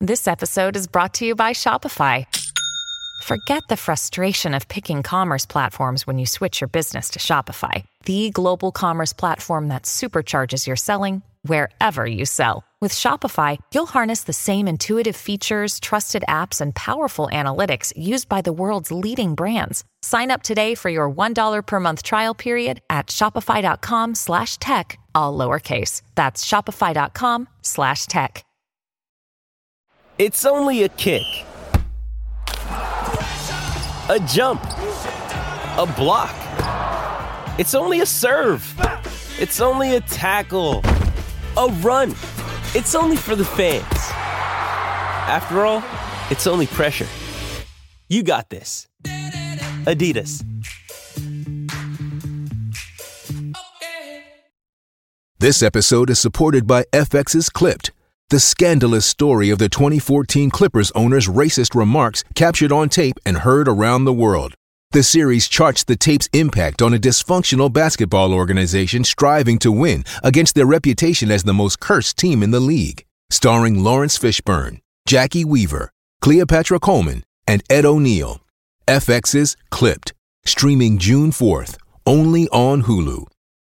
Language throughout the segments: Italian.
This episode is brought to you by Shopify. Forget the frustration of picking commerce platforms when you switch your business to Shopify, the global commerce platform that supercharges your selling wherever you sell. With Shopify, you'll harness the same intuitive features, trusted apps, and powerful analytics used by the world's leading brands. Sign up today for your $1 per month trial period at shopify.com/tech, all lowercase. That's shopify.com/tech. It's only a kick, a jump, a block. It's only a serve. It's only a tackle, a run. It's only for the fans. After all, it's only pressure. You got this. Adidas. This episode is supported by FX's Clipped, the scandalous story of the 2014 Clippers owner's racist remarks captured on tape and heard around the world. The series charts the tape's impact on a dysfunctional basketball organization striving to win against their reputation as the most cursed team in the league. Starring Lawrence Fishburne, Jackie Weaver, Cleopatra Coleman, and Ed O'Neill. FX's Clipped, streaming June 4th, only on Hulu.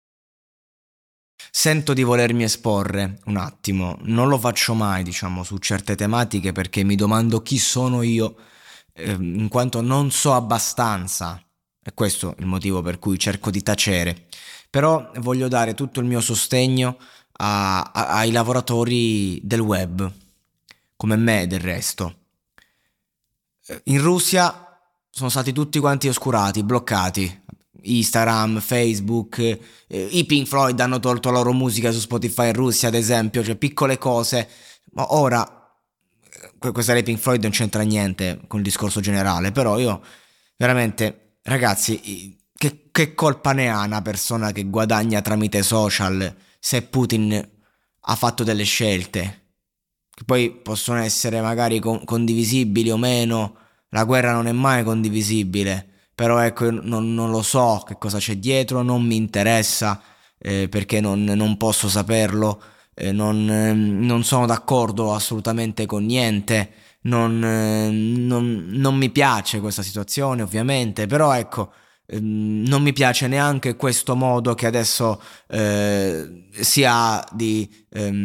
Sento di volermi esporre un attimo, non lo faccio mai, diciamo, su certe tematiche perché mi domando chi sono io, in quanto non so abbastanza, e questo è il motivo per cui cerco di tacere. Però voglio dare tutto il mio sostegno ai lavoratori del web, come me del resto. In Russia sono stati tutti quanti oscurati, bloccati. Instagram, Facebook, i Pink Floyd hanno tolto la loro musica su Spotify in Russia, ad esempio, cioè piccole cose. Ma ora questa dei Pink Floyd non c'entra niente con il discorso generale, però io veramente, ragazzi, che colpa ne ha una persona che guadagna tramite social se Putin ha fatto delle scelte che poi possono essere magari condivisibili o meno? La guerra non è mai condivisibile. Però ecco, io non lo so che cosa c'è dietro, non mi interessa, perché non posso saperlo, non sono d'accordo assolutamente con niente, non mi piace questa situazione ovviamente, però ecco, non mi piace neanche questo modo che adesso si ha di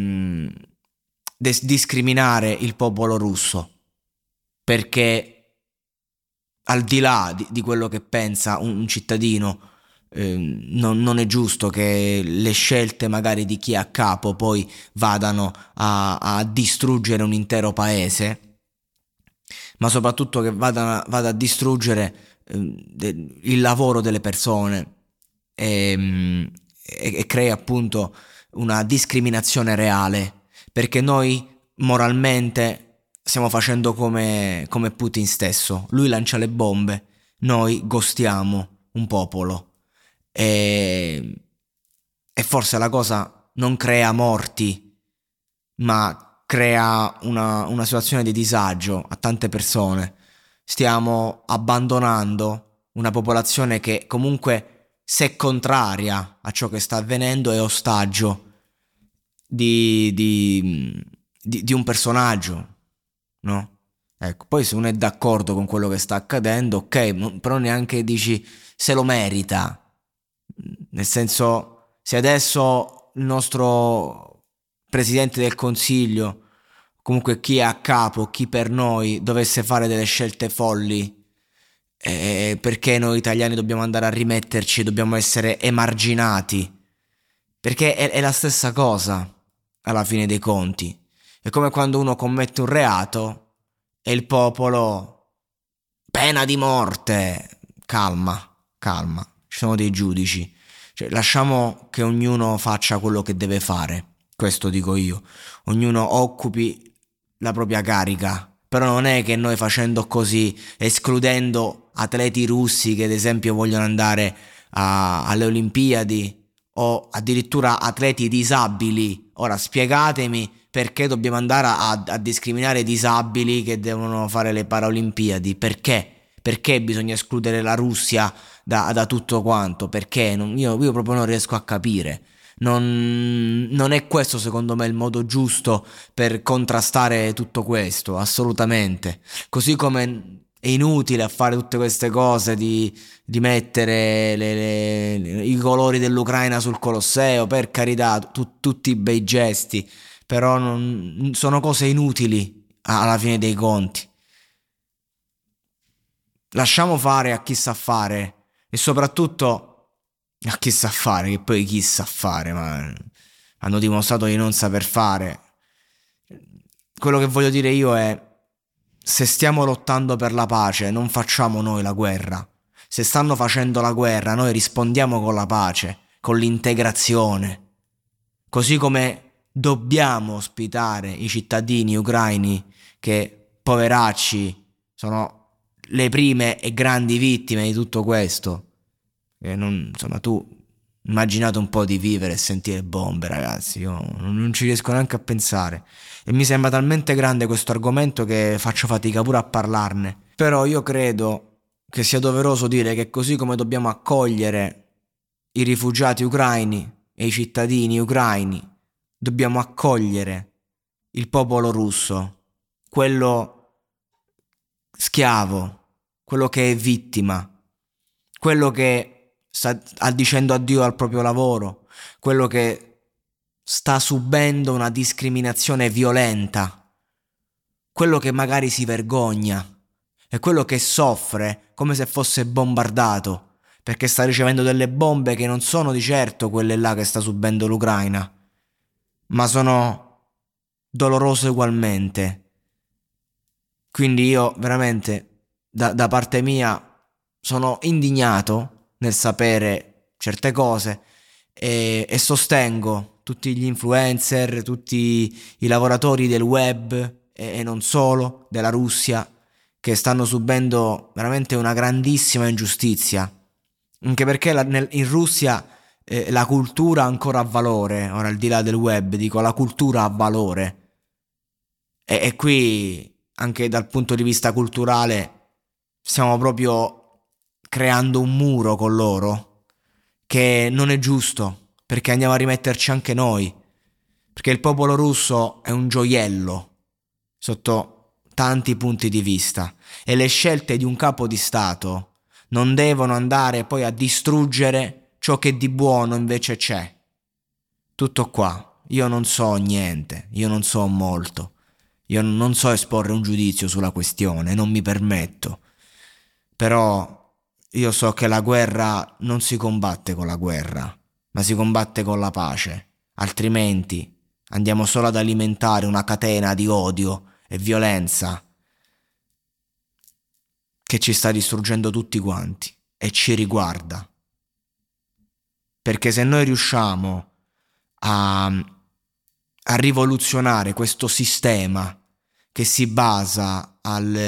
discriminare il popolo russo, perché al di là di quello che pensa un cittadino, non è giusto che le scelte magari di chi è a capo poi vadano a distruggere un intero paese, ma soprattutto che vada a distruggere il lavoro delle persone e crea appunto una discriminazione reale, perché noi moralmente stiamo facendo come Putin stesso. Lui lancia le bombe, noi ghostiamo un popolo e forse la cosa non crea morti, ma crea una situazione di disagio a tante persone. Stiamo abbandonando una popolazione che comunque, se contraria a ciò che sta avvenendo, è ostaggio di un personaggio, no? Ecco, poi se uno è d'accordo con quello che sta accadendo, ok, però neanche dici se lo merita. Nel senso, se adesso il nostro Presidente del Consiglio, comunque chi è a capo, chi per noi, dovesse fare delle scelte folli, perché noi italiani dobbiamo andare a rimetterci, dobbiamo essere emarginati? Perché è la stessa cosa alla fine dei conti. È come quando uno commette un reato e il popolo, pena di morte. Calma, ci sono dei giudici, cioè, lasciamo che ognuno faccia quello che deve fare, questo dico io, ognuno occupi la propria carica. Però non è che noi facendo così, escludendo atleti russi che ad esempio vogliono andare alle Olimpiadi, o addirittura atleti disabili, ora spiegatemi perché dobbiamo andare a discriminare i disabili che devono fare le Paralimpiadi? Perché bisogna escludere la Russia da tutto quanto? Perché? Io proprio non riesco a capire. Non è questo secondo me il modo giusto per contrastare tutto questo, assolutamente. Così come è inutile a fare tutte queste cose di mettere i colori dell'Ucraina sul Colosseo, per carità, tutti bei gesti, però sono cose inutili alla fine dei conti. Lasciamo fare a chi sa fare, e soprattutto a chi sa fare, che poi chi sa fare, ma hanno dimostrato di non saper fare. Quello che voglio dire io è: se stiamo lottando per la pace, non facciamo noi la guerra. Se stanno facendo la guerra, noi rispondiamo con la pace, con l'integrazione. Così come dobbiamo ospitare i cittadini ucraini che, poveracci, sono le prime e grandi vittime di tutto questo. Insomma, tu immaginate un po' di vivere e sentire bombe, ragazzi. Io non ci riesco neanche a pensare, e mi sembra talmente grande questo argomento che faccio fatica pure a parlarne. Però io credo che sia doveroso dire che così come dobbiamo accogliere i rifugiati ucraini e i cittadini ucraini, dobbiamo accogliere il popolo russo, quello schiavo, quello che è vittima, quello che sta dicendo addio al proprio lavoro, quello che sta subendo una discriminazione violenta, quello che magari si vergogna, e quello che soffre come se fosse bombardato, perché sta ricevendo delle bombe che non sono di certo quelle là che sta subendo l'Ucraina, ma sono dolorose ugualmente. Quindi io veramente, da parte mia, sono indignato nel sapere certe cose, e sostengo tutti gli influencer, tutti i lavoratori del web e non solo, della Russia, che stanno subendo veramente una grandissima ingiustizia, anche perché in Russia la cultura ancora ha valore. Ora, al di là del web, dico, la cultura ha valore, e qui anche dal punto di vista culturale stiamo proprio creando un muro con loro, che non è giusto, perché andiamo a rimetterci anche noi, perché il popolo russo è un gioiello sotto tanti punti di vista, e le scelte di un capo di Stato non devono andare poi a distruggere ciò che di buono invece c'è. Tutto qua. Io non so niente, io non so molto, io non so esporre un giudizio sulla questione, non mi permetto. Però io so che la guerra non si combatte con la guerra, ma si combatte con la pace. Altrimenti andiamo solo ad alimentare una catena di odio e violenza che ci sta distruggendo tutti quanti, e ci riguarda. Perché se noi riusciamo a rivoluzionare questo sistema che si basa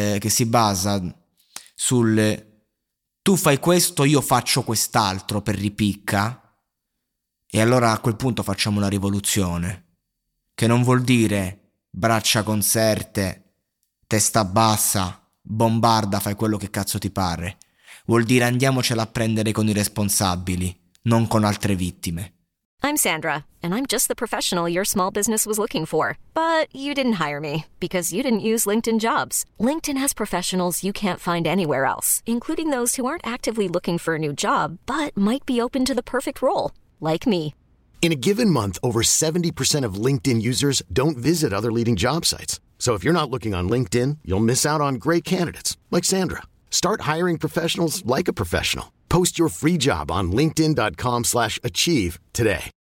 sul tu fai questo, io faccio quest'altro per ripicca, e allora a quel punto facciamo una rivoluzione, che non vuol dire braccia conserte, testa bassa, bombarda, fai quello che cazzo ti pare. Vuol dire andiamocela a prendere con i responsabili, non con altre vittime. I'm Sandra, and I'm just the professional your small business was looking for. But you didn't hire me because you didn't use LinkedIn Jobs. LinkedIn has professionals you can't find anywhere else, including those who aren't actively looking for a new job, but might be open to the perfect role, like me. In a given month, over 70% of LinkedIn users don't visit other leading job sites. So if you're not looking on LinkedIn, you'll miss out on great candidates, like Sandra. Start hiring professionals like a professional. Post your free job on linkedin.com/achieve today.